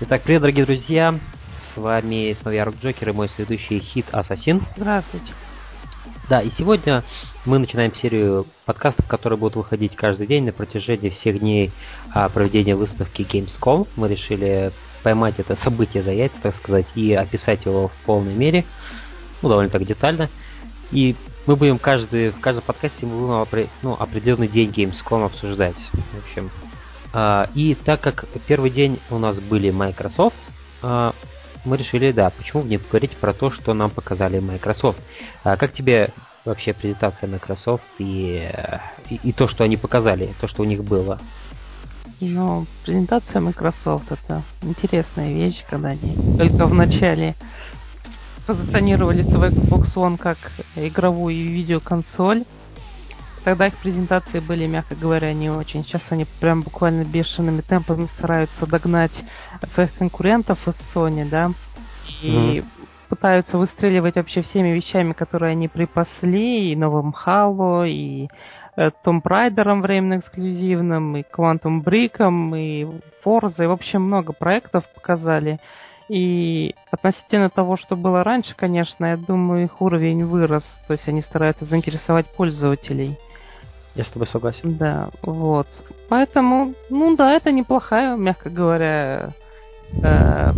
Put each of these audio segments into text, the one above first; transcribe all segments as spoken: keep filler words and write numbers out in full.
Итак, привет, дорогие друзья, с вами снова я, Рокджокер, и мой следующий хит Ассасин. Здравствуйте. Да, и сегодня мы начинаем серию подкастов, которые будут выходить каждый день на протяжении всех дней а, проведения выставки Gamescom. Мы решили поймать это событие за яйца, так сказать, и описать его в полной мере, ну, довольно так детально. И мы будем каждый, в каждом подкасте мы будем ну, определенный день Gamescom обсуждать. В общем, а, и так как первый день у нас были Microsoft, а, мы решили, да, почему бы не поговорить про то, что нам показали Microsoft. А, как тебе вообще презентация Microsoft и, и, и то, что они показали, то, что у них было? Ну, презентация Microsoft — это интересная вещь, когда они только в начале позиционировали свой Xbox One как игровую и видеоконсоль. Тогда их презентации были, мягко говоря, не очень. Сейчас они прям буквально бешеными темпами стараются догнать своих конкурентов из Sony, да, и mm-hmm. пытаются выстреливать вообще всеми вещами, которые они припасли, и новым Halo, и э, Tomb Raider временно эксклюзивным, и Quantum Break, и Forza, и в общем много проектов показали. И относительно того, что было раньше, конечно, я думаю, их уровень вырос, то есть они стараются заинтересовать пользователей. Я с тобой согласен. Да, вот. Поэтому, ну да, это неплохая, мягко говоря, э,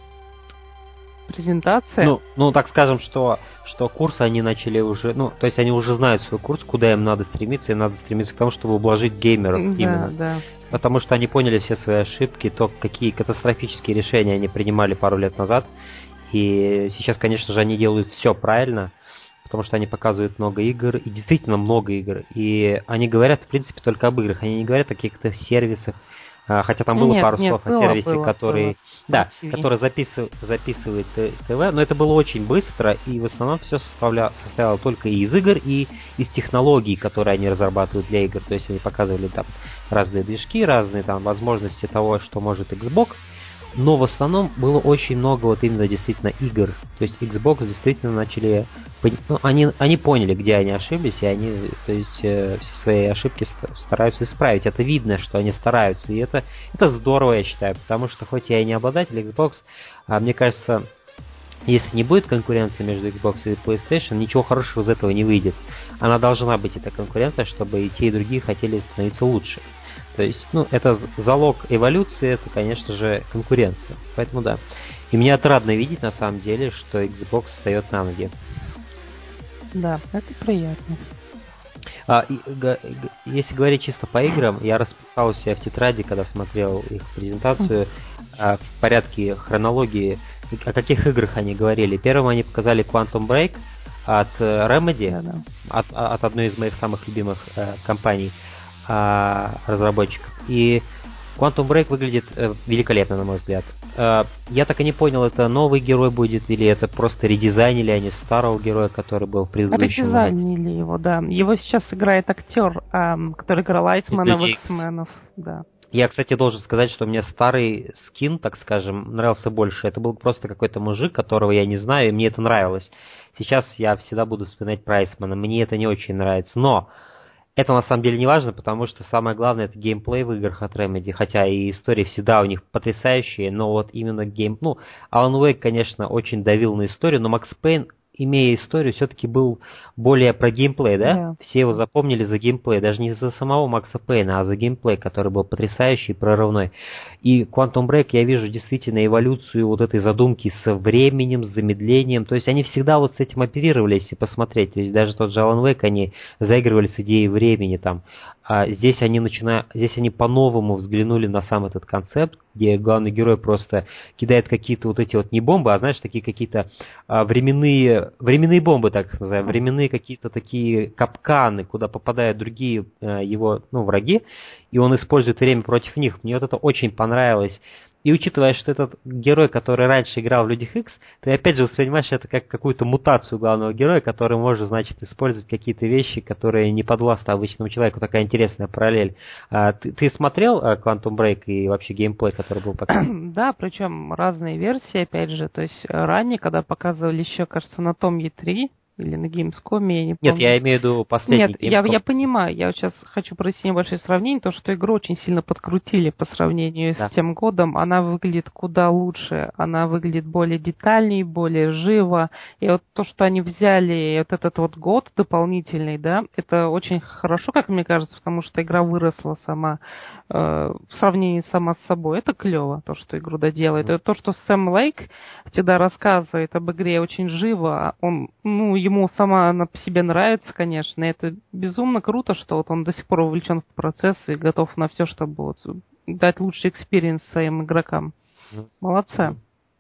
презентация. Ну, ну, так скажем, что, что курсы они начали уже, ну, то есть они уже знают свой курс, куда им надо стремиться, им надо стремиться к тому, чтобы ублажить геймеров да, именно. Да. Потому что они поняли все свои ошибки, то, какие катастрофические решения они принимали пару лет назад. И сейчас, конечно же, они делают все правильно, потому что они показывают много игр, и действительно много игр. И они говорят, в принципе, только об играх. Они не говорят о каких-то сервисах. Хотя там было нет, пару нет, слов было, о сервисе, было, который, было. да, который записыв, записывает ТВ, но это было очень быстро, и в основном все составляло, состояло только из игр и из технологий, которые они разрабатывают для игр. То есть они показывали там разные движки, разные там возможности того, что может Xbox, но в основном было очень много вот именно действительно игр. То есть Xbox действительно начали, ну, они, они поняли, где они ошиблись, и они, то есть, э, все свои ошибки стараются исправить. Это видно, что они стараются, и это, это здорово, я считаю, потому что хоть я и не обладатель Xbox, а мне кажется, если не будет конкуренции между Xbox и PlayStation, ничего хорошего из этого не выйдет. Она должна быть, эта конкуренция, чтобы и те, и другие хотели становиться лучше. То есть, ну, это залог эволюции, это, конечно же, конкуренция. Поэтому да. И мне отрадно видеть, на самом деле, что Xbox встает на ноги. Да, это приятно. А, и, г, г, если говорить чисто по играм, я расписал у себя в тетради, когда смотрел их презентацию, а, в порядке хронологии, о каких играх они говорили. Первым они показали Quantum Break от Remedy, да, да. От, от одной из моих самых любимых э, компаний, разработчиков. И Quantum Break выглядит э, великолепно, на мой взгляд. Э, я так и не понял, это новый герой будет, или это просто редизайнили они старого героя, который был в предыдущем. Редизайнили его, да. Его сейчас играет актер, э, который играл Айсмана в X-менов. Да. Я, кстати, должен сказать, что мне старый скин, так скажем, нравился больше. Это был просто какой-то мужик, которого я не знаю, и мне это нравилось. Сейчас я всегда буду вспоминать про Айсмана. Мне это не очень нравится, но это на самом деле не важно, потому что самое главное — это геймплей в играх от Remedy, хотя и истории всегда у них потрясающие, но вот именно гейм... Ну, Alan Wake, конечно, очень давил на историю, но Max Payne, имея историю, все-таки был более про геймплей, да? Yeah. Все его запомнили за геймплей, даже не за самого Макса Пейна, а за геймплей, который был потрясающий, прорывной. И Quantum Break я вижу действительно эволюцию вот этой задумки со временем, с замедлением, то есть они всегда вот с этим оперировали, если посмотреть, то есть даже тот же Alan Wake, они заигрывали с идеей времени там. А здесь они начинают, здесь они по-новому взглянули на сам этот концепт, где главный герой просто кидает какие-то вот эти вот не бомбы, а знаешь, такие какие-то а, временные, временные бомбы, так называем, временные какие-то такие капканы, куда попадают другие а, его, ну, враги, и он использует время против них. Мне вот это очень понравилось. И учитывая, что этот герой, который раньше играл в Людях Икс, ты опять же воспринимаешь это как какую-то мутацию главного героя, который может, значит, использовать какие-то вещи, которые не подвластны обычному человеку. Такая интересная параллель. А, ты, ты смотрел а, Quantum Break и вообще геймплей, который был показан? Да, причем разные версии, опять же. То есть ранее, когда показывали еще, кажется, на том и три, или на Gamescom, я не помню. Нет, я имею в виду последний Нет, я, Gamescom. я понимаю, я вот сейчас хочу провести небольшое сравнение, то, что игру очень сильно подкрутили по сравнению Да. с тем годом, она выглядит куда лучше, она выглядит более детальней, более живо, и вот то, что они взяли вот этот вот год дополнительный, да, это очень хорошо, как мне кажется, потому что игра выросла сама, э, в сравнении сама с собой, это клево, то, что игру доделает, mm-hmm. это то, что Сэм Лейк всегда рассказывает об игре очень живо, он, ну, ему сама она по себе нравится, конечно, и это безумно круто, что вот он до сих пор увлечен в процесс и готов на все, чтобы вот дать лучший экспириенс своим игрокам. Молодцы.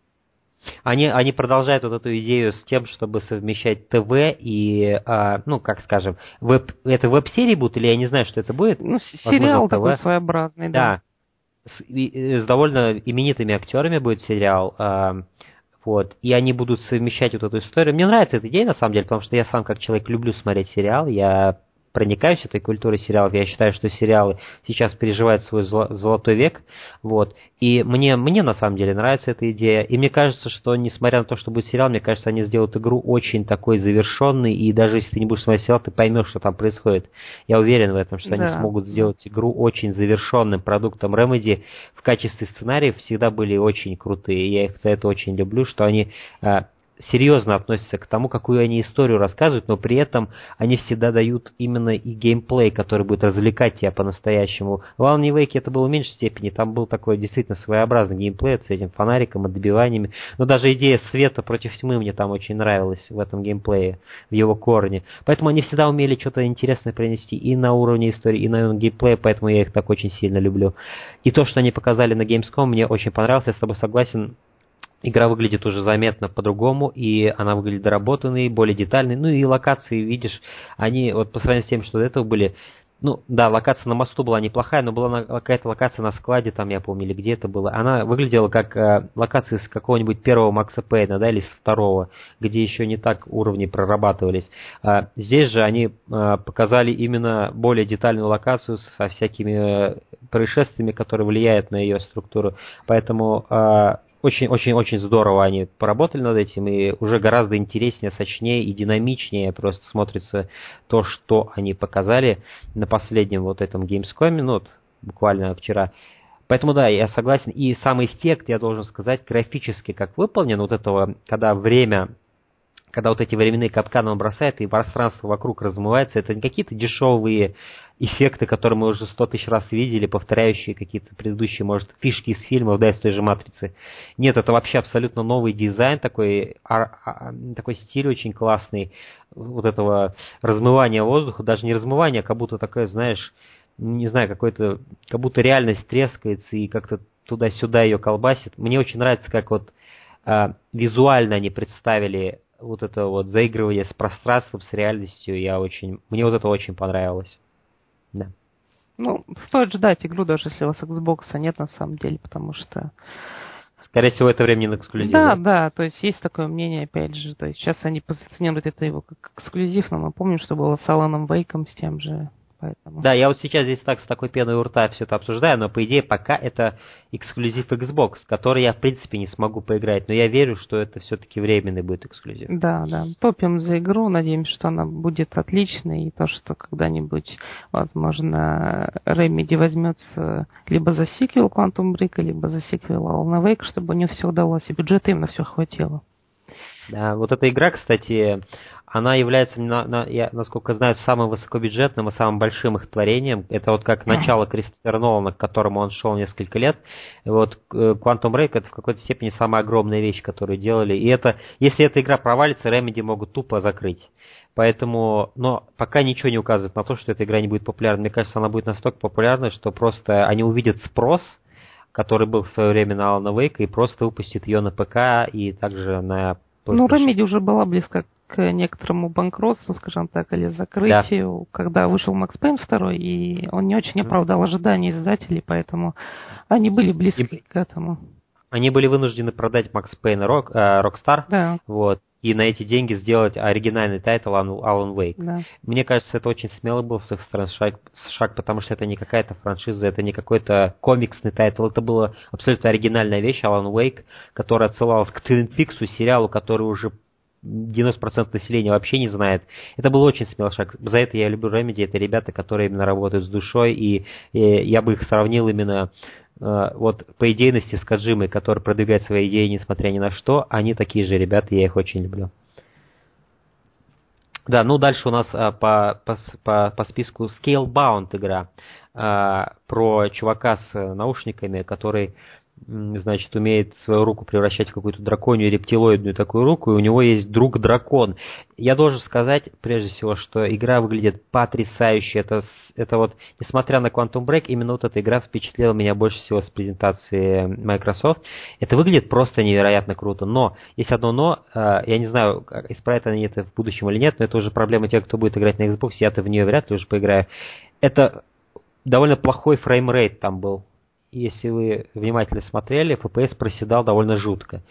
Они, они продолжают вот эту идею с тем, чтобы совмещать ТВ и, а, ну, как скажем, веб, это веб-серии будут, или я не знаю, что это будет? Ну, сериал возможно, такой своеобразный, да. Да, с, и, с довольно именитыми актерами будет сериал. А, Вот. И они будут совмещать вот эту историю. Мне нравится эта идея, на самом деле, потому что я сам как человек люблю смотреть сериал. Я проникаюсь этой культурой сериалов. Я считаю, что сериалы сейчас переживают свой золотой век. Вот. И мне, мне на самом деле нравится эта идея. И мне кажется, что несмотря на то, что будет сериал, мне кажется, они сделают игру очень такой завершенной. И даже если ты не будешь смотреть сериал, ты поймешь, что там происходит. Я уверен в этом, что да. они смогут сделать игру очень завершенным продуктом. Remedy в качестве сценариев всегда были очень крутые. Я их за это очень люблю, что они серьезно относятся к тому, какую они историю рассказывают, но при этом они всегда дают именно и геймплей, который будет развлекать тебя по-настоящему. В Alan Wake это было в меньшей степени, там был такой действительно своеобразный геймплей с этим фонариком и добиваниями, но даже идея света против тьмы мне там очень нравилась в этом геймплее, в его корне. Поэтому они всегда умели что-то интересное принести и на уровне истории, и на уровне геймплея, поэтому я их так очень сильно люблю. И то, что они показали на Gamescom, мне очень понравилось, я с тобой согласен. Игра выглядит уже заметно по-другому, и она выглядит доработанной, более детальной. Ну и локации, видишь, они вот по сравнению с тем, что до этого были... Ну, да, локация на мосту была неплохая, но была какая-то локация на складе, там, я помню, или где это было. Она выглядела как э, локация из какого-нибудь первого Макса Пейна, да, или с второго, где еще не так уровни прорабатывались. А здесь же они э, показали именно более детальную локацию со всякими э, происшествиями, которые влияют на ее структуру. Поэтому... Э, Очень-очень-очень здорово они поработали над этим, и уже гораздо интереснее, сочнее и динамичнее просто смотрится то, что они показали на последнем вот этом Gamescom, ну, вот, буквально вчера. Поэтому, да, я согласен. И сам эффект, я должен сказать, графически как выполнен, вот этого, когда время... Когда вот эти временные капканы он бросает, и пространство вокруг размывается, это не какие-то дешевые эффекты, которые мы уже сто тысяч раз видели, повторяющие какие-то предыдущие, может, фишки из фильмов, да, из той же «Матрицы». Нет, это вообще абсолютно новый дизайн, такой, а, а, такой стиль очень классный, вот этого размывания воздуха, даже не размывания, а как будто такое, знаешь, не знаю, какой-то, как будто реальность трескается и как-то туда-сюда ее колбасит. Мне очень нравится, как вот а, визуально они представили вот это вот заигрывание с пространством, с реальностью, я очень, мне вот это очень понравилось. Да. Ну, стоит ждать игру, даже если у вас Xbox нет на самом деле, потому что... Скорее всего, это временно эксклюзив. Да, да, да, то есть есть такое мнение, опять же, то есть сейчас они позиционируют это его как эксклюзив, но мы помним, что было с Аланом Вейком, с тем же... Поэтому. Да, я вот сейчас здесь так с такой пеной у рта все это обсуждаю, но по идее пока это эксклюзив Xbox, который я в принципе не смогу поиграть, но я верю, что это все-таки временный будет эксклюзив. Да, да, топим за игру, надеемся, что она будет отличной, и то, что когда-нибудь, возможно, Remedy возьмется либо за сиквел Quantum Break, либо за сиквел Alan Wake, чтобы у нее все удалось, и бюджета им на все хватило. Да, вот эта игра, кстати, она является, на, на, я, насколько знаю, самым высокобюджетным и самым большим их творением. Это вот как начало Кристофера Нолана, к которому он шел несколько лет. И вот Quantum Break это в какой-то степени самая огромная вещь, которую делали. И это, если эта игра провалится, Remedy могут тупо закрыть. Поэтому, но пока ничего не указывает на то, что эта игра не будет популярна. Мне кажется, она будет настолько популярна, что просто они увидят спрос, который был в свое время на Alan Wake, и просто выпустят ее на ПК и также на... Ну, Remedy уже была близко к некоторому банкротству, скажем так, или закрытию, да. Когда вышел Макс Пейн два, и он не очень оправдал ожидания издателей, поэтому они были близки и... к этому. Они были вынуждены продать Макс Пейн Рок, э, Rockstar, да. Вот, и на эти деньги сделать оригинальный тайтл Alan Wake. Да. Мне кажется, это очень смелый был с их стороны шаг, шаг, потому что это не какая-то франшиза, это не какой-то комиксный тайтл, это была абсолютно оригинальная вещь, Alan Wake, которая отсылалась к Twin Peaks, сериалу, который уже девяносто процентов населения вообще не знает. Это был очень смелый шаг. За это я люблю Remedy. Это ребята, которые именно работают с душой, и, и я бы их сравнил именно э, вот по идейности с Коджимой, который продвигает свои идеи, несмотря ни на что. Они такие же ребята, я их очень люблю. Да, ну дальше у нас а, по, по, по, по списку Scalebound игра а, про чувака с наушниками, который, значит, умеет свою руку превращать в какую-то драконью, рептилоидную такую руку, и у него есть друг-дракон. Я должен сказать, прежде всего, что игра выглядит потрясающе. Это, это вот, несмотря на Quantum Break, именно вот эта игра впечатлила меня больше всего с презентации Microsoft. Это выглядит просто невероятно круто. Но, есть одно но, я не знаю, исправят они это в будущем или нет, но это уже проблема тех, кто будет играть на Xbox, я-то в нее вряд ли уже поиграю. Это довольно плохой фреймрейт там был. Если вы внимательно смотрели, эф пи эс проседал довольно жутко.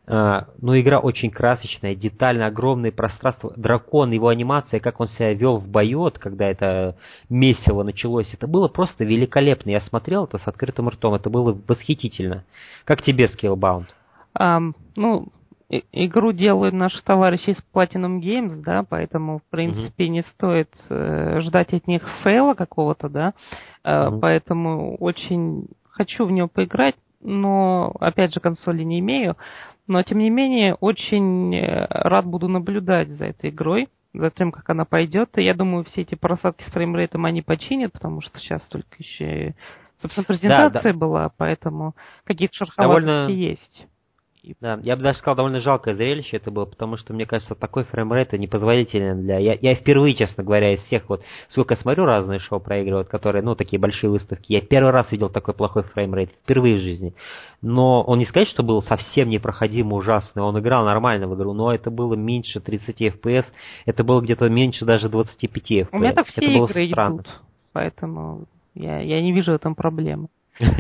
Но игра очень красочная, детальная, огромное пространство. Дракон, его анимация, как он себя вел в бою, когда это месиво началось, это было просто великолепно. Я смотрел это с открытым ртом, это было восхитительно. Как тебе Scalebound? Um, ну, и- игру делают наши товарищи из Platinum Games, да, поэтому, в принципе, mm-hmm. не стоит э, ждать от них фейла какого-то, да. Э, mm-hmm. Поэтому очень хочу в нее поиграть, но, опять же, консоли не имею. Но, тем не менее, очень рад буду наблюдать за этой игрой, за тем, как она пойдет. И я думаю, все эти просадки с фреймрейтом они починят, потому что сейчас только еще, собственно, презентация да, да. была, поэтому какие-то шероховатости Довольно... есть. Да, я бы даже сказал, довольно жалкое зрелище это было, потому что, мне кажется, такой фреймрейт непозволительный для... Я, я впервые, честно говоря, из всех, вот, сколько смотрю разные шоу проигрывают, которые, ну, такие большие выставки, я первый раз видел такой плохой фреймрейт, впервые в жизни. Но он не сказать, что был совсем непроходимо ужасный, он играл нормально в игру, но это было меньше тридцать эф пи эс, это было где-то меньше даже двадцать пять эф пи эс. У меня так все это было игры странно. идут, поэтому я, я не вижу в этом проблемы.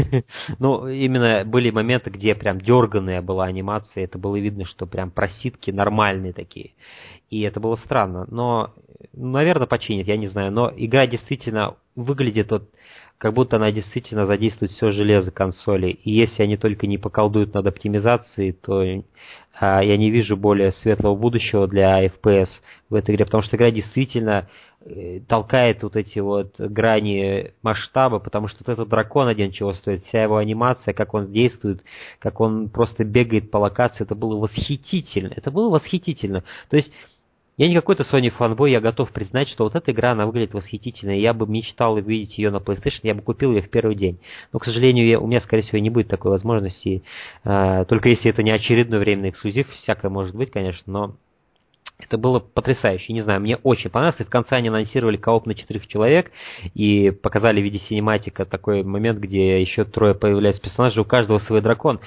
Ну, именно были моменты, где прям дерганая была анимация, это было видно, что прям проситки нормальные такие. И это было странно. Но, наверное, починят, я не знаю. Но игра действительно выглядит вот, как будто она действительно задействует все железо консоли. И если они только не поколдуют над оптимизацией, то а, я не вижу более светлого будущего для эф пи эс в этой игре, потому что игра действительно толкает вот эти вот грани масштаба, потому что вот этот дракон один чего стоит, вся его анимация, как он действует, как он просто бегает по локации, это было восхитительно, это было восхитительно. То есть я не какой-то Sony фанбой, я готов признать, что вот эта игра, она выглядит восхитительно, и я бы мечтал увидеть ее на PlayStation, я бы купил ее в первый день. Но, к сожалению, я, у меня, скорее всего, не будет такой возможности, э, только если это не очередной временный эксклюзив, всякое может быть, конечно, но это было потрясающе, не знаю, мне очень понравилось. И в конце они анонсировали кооп на четырех человек и показали в виде синематика такой момент, где еще трое появляются персонажей, у каждого свой дракон.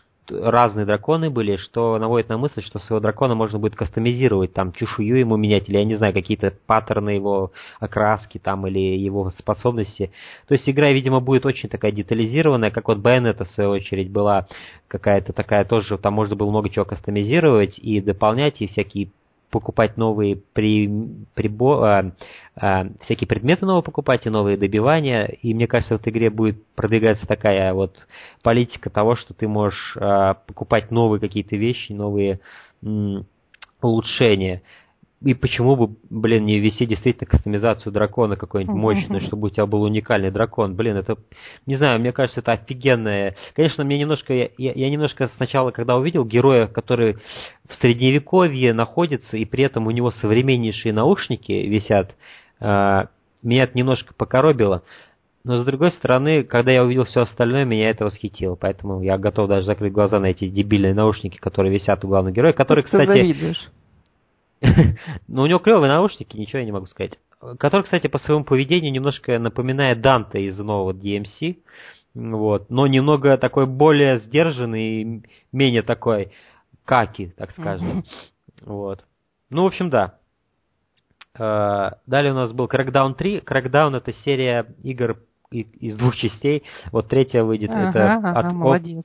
Разные драконы были, что наводит на мысль, что своего дракона можно будет кастомизировать, там, чешую ему менять, или, я не знаю, какие-то паттерны его окраски, там, или его способности. То есть игра, видимо, будет очень такая детализированная, как вот Bayonetta, в свою очередь, была какая-то такая тоже, там можно было много чего кастомизировать и дополнять, и всякие покупать новые при, прибо, а, а, всякие предметы новые покупать и новые добивания. И мне кажется, в этой игре будет продвигаться такая вот политика того, что ты можешь а, покупать новые какие-то вещи, новые м, улучшения. И почему бы, блин, не ввести действительно кастомизацию дракона какой-нибудь мощную, чтобы у тебя был уникальный дракон. Блин, это, не знаю, мне кажется, это офигенное. Конечно, мне немножко, я, я немножко сначала, когда увидел героя, который в средневековье находится, и при этом у него современнейшие наушники висят, э, меня это немножко покоробило. Но, с другой стороны, когда я увидел все остальное, меня это восхитило. Поэтому я готов даже закрыть глаза на эти дебильные наушники, которые висят у главного героя, которые, ты кстати... завидуешь. Ну, у него клевые наушники, ничего я не могу сказать. Который, кстати, по своему поведению немножко напоминает Данте из нового ди эм си. Вот. Но немного такой более сдержанный, менее такой каки, так скажем. Вот. Ну, в общем, да. Далее у нас был Crackdown три. Crackdown — это серия игр из двух частей. Вот третья выйдет. Ага, это ага, от... молодец.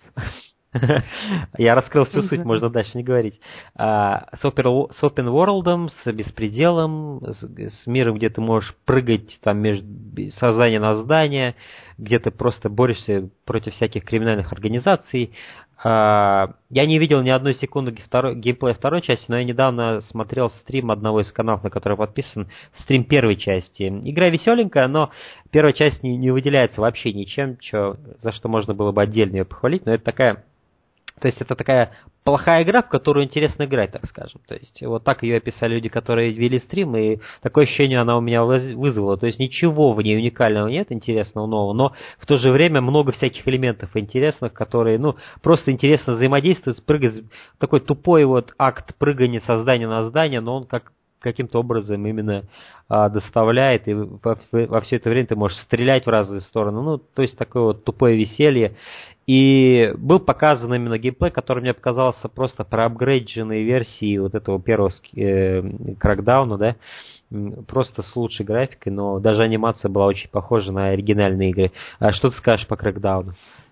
Я раскрыл всю суть, можно дальше не говорить. А, с, open, с open world, с беспределом, с, с миром, где ты можешь прыгать там между создания на здание, где ты просто борешься против всяких криминальных организаций. я не видел ни одной секунды второй, геймплея второй части, но я недавно смотрел стрим одного из каналов, на который подписан, стрим первой части. Игра веселенькая, но первая часть не, не выделяется вообще ничем, чё, за что можно было бы отдельно ее похвалить, но это такая... То есть это такая плохая игра, в которую интересно играть, так скажем. То есть вот так ее описали люди, которые вели стрим, и такое ощущение она у меня вызвала. То есть ничего в ней уникального нет, интересного, нового, но в то же время много всяких элементов интересных, которые, ну, просто интересно взаимодействуют, прыгать. Такой тупой вот акт прыгания со здания на здание, но он как каким-то образом именно а, доставляет, и во, во все это время ты можешь стрелять в разные стороны. Ну, то есть такое вот тупое веселье. И был показан именно геймплей, который мне показался просто проапгрейдженной версией вот этого первого э, Crackdown, да, просто с лучшей графикой, но даже анимация была очень похожа на оригинальные игры. А что ты скажешь по Crackdown?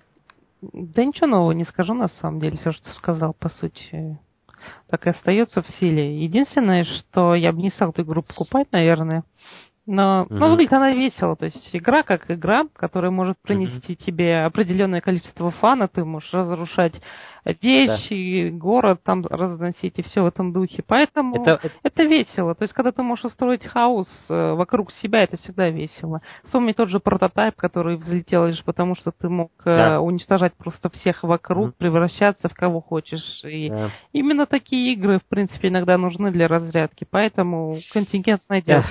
Да ничего нового не скажу, на самом деле, все, что сказал, по сути, так и остается в силе. Единственное, что я бы не стал эту игру покупать, наверное, но, mm-hmm. но выглядит она весело. То есть игра как игра, которая может принести mm-hmm. тебе определенное количество фана, ты можешь разрушать вещи, да. город там разносить и все в этом духе. Поэтому это... это весело. То есть когда ты можешь устроить хаос вокруг себя, это всегда весело. Вспомни тот же прототайп, который взлетел лишь потому, что ты мог да. уничтожать просто всех вокруг, mm-hmm. превращаться в кого хочешь. И да. именно такие игры, в принципе, иногда нужны для разрядки. Поэтому контингент найдется.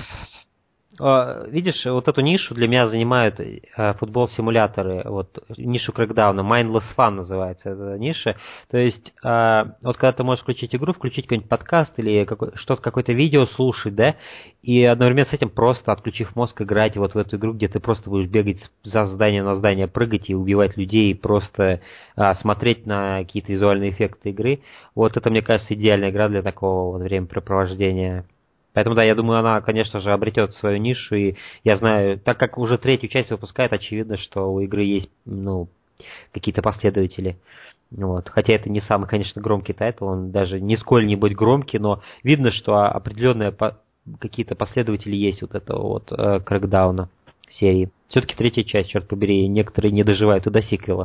Видишь, вот эту нишу для меня занимают футбол-симуляторы, вот нишу Crackdown, Mindless Fun называется эта ниша. То есть, вот когда ты можешь включить игру, включить какой-нибудь подкаст или какой, что-то, какое-то видео слушать, да, и одновременно с этим просто, отключив мозг, играть вот в эту игру, где ты просто будешь бегать за здание на здание, прыгать и убивать людей, и просто а, смотреть на какие-то визуальные эффекты игры. Вот это, мне кажется, идеальная игра для такого вот времяпрепровождения. Поэтому, да, я думаю, она, конечно же, обретет свою нишу, и я знаю, так как уже третью часть выпускает, очевидно, что у игры есть, ну, какие-то последователи. Вот. Хотя это не самый, конечно, громкий тайтл, он даже ни сколь-нибудь громкий, но видно, что определенные по- какие-то последователи есть вот этого вот э, Crackdown серии. Все-таки третья часть, черт побери, некоторые не доживают и до сиквела.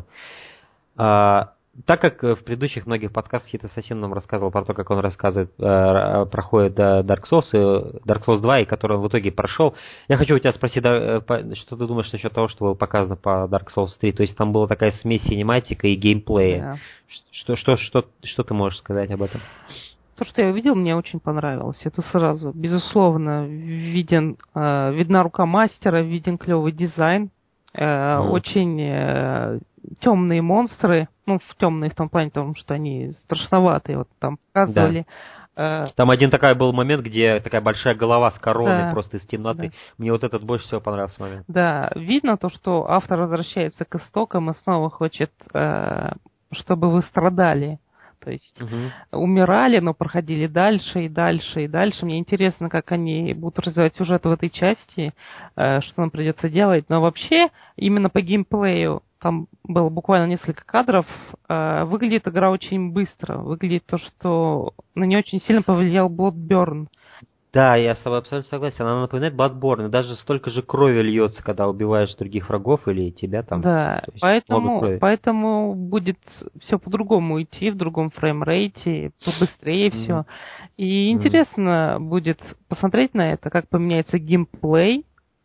А, Так как в предыдущих многих подкастах Hit Assassin нам рассказывал про то, как он рассказывает, э, проходит Dark Souls, и Dark Souls два, и который он в итоге прошел, я хочу у тебя спросить, да, что ты думаешь насчет того, что было показано по Dark Souls три? То есть там была такая смесь синематика и геймплея. Yeah. Что, что, что, что ты можешь сказать об этом? То, что я увидел, мне очень понравилось. Это сразу, безусловно, виден, э, видна рука мастера, виден клевый дизайн, э, mm. очень э, темные монстры. Ну, в темные в том плане, потому что они страшноватые, вот там показывали. Да. Там один такой был момент, где такая большая голова с короной да. просто из темноты. Да. Мне вот этот больше всего понравился момент. Да, видно то, что автор возвращается к истокам и снова хочет, чтобы вы страдали. То есть угу. умирали, но проходили дальше и дальше и дальше. Мне интересно, как они будут развивать сюжет в этой части, что нам придется делать. Но вообще, именно по геймплею, там было буквально несколько кадров, выглядит игра очень быстро. Выглядит то, что на нее очень сильно повлиял Bloodborne. Да, я с тобой абсолютно согласен. Она напоминает Bloodborne. Даже столько же крови льется, когда убиваешь других врагов или тебя там. Да, поэтому, поэтому будет все по-другому идти, в другом фреймрейте, побыстрее mm. все. И mm. интересно будет посмотреть на это, как поменяется геймплей.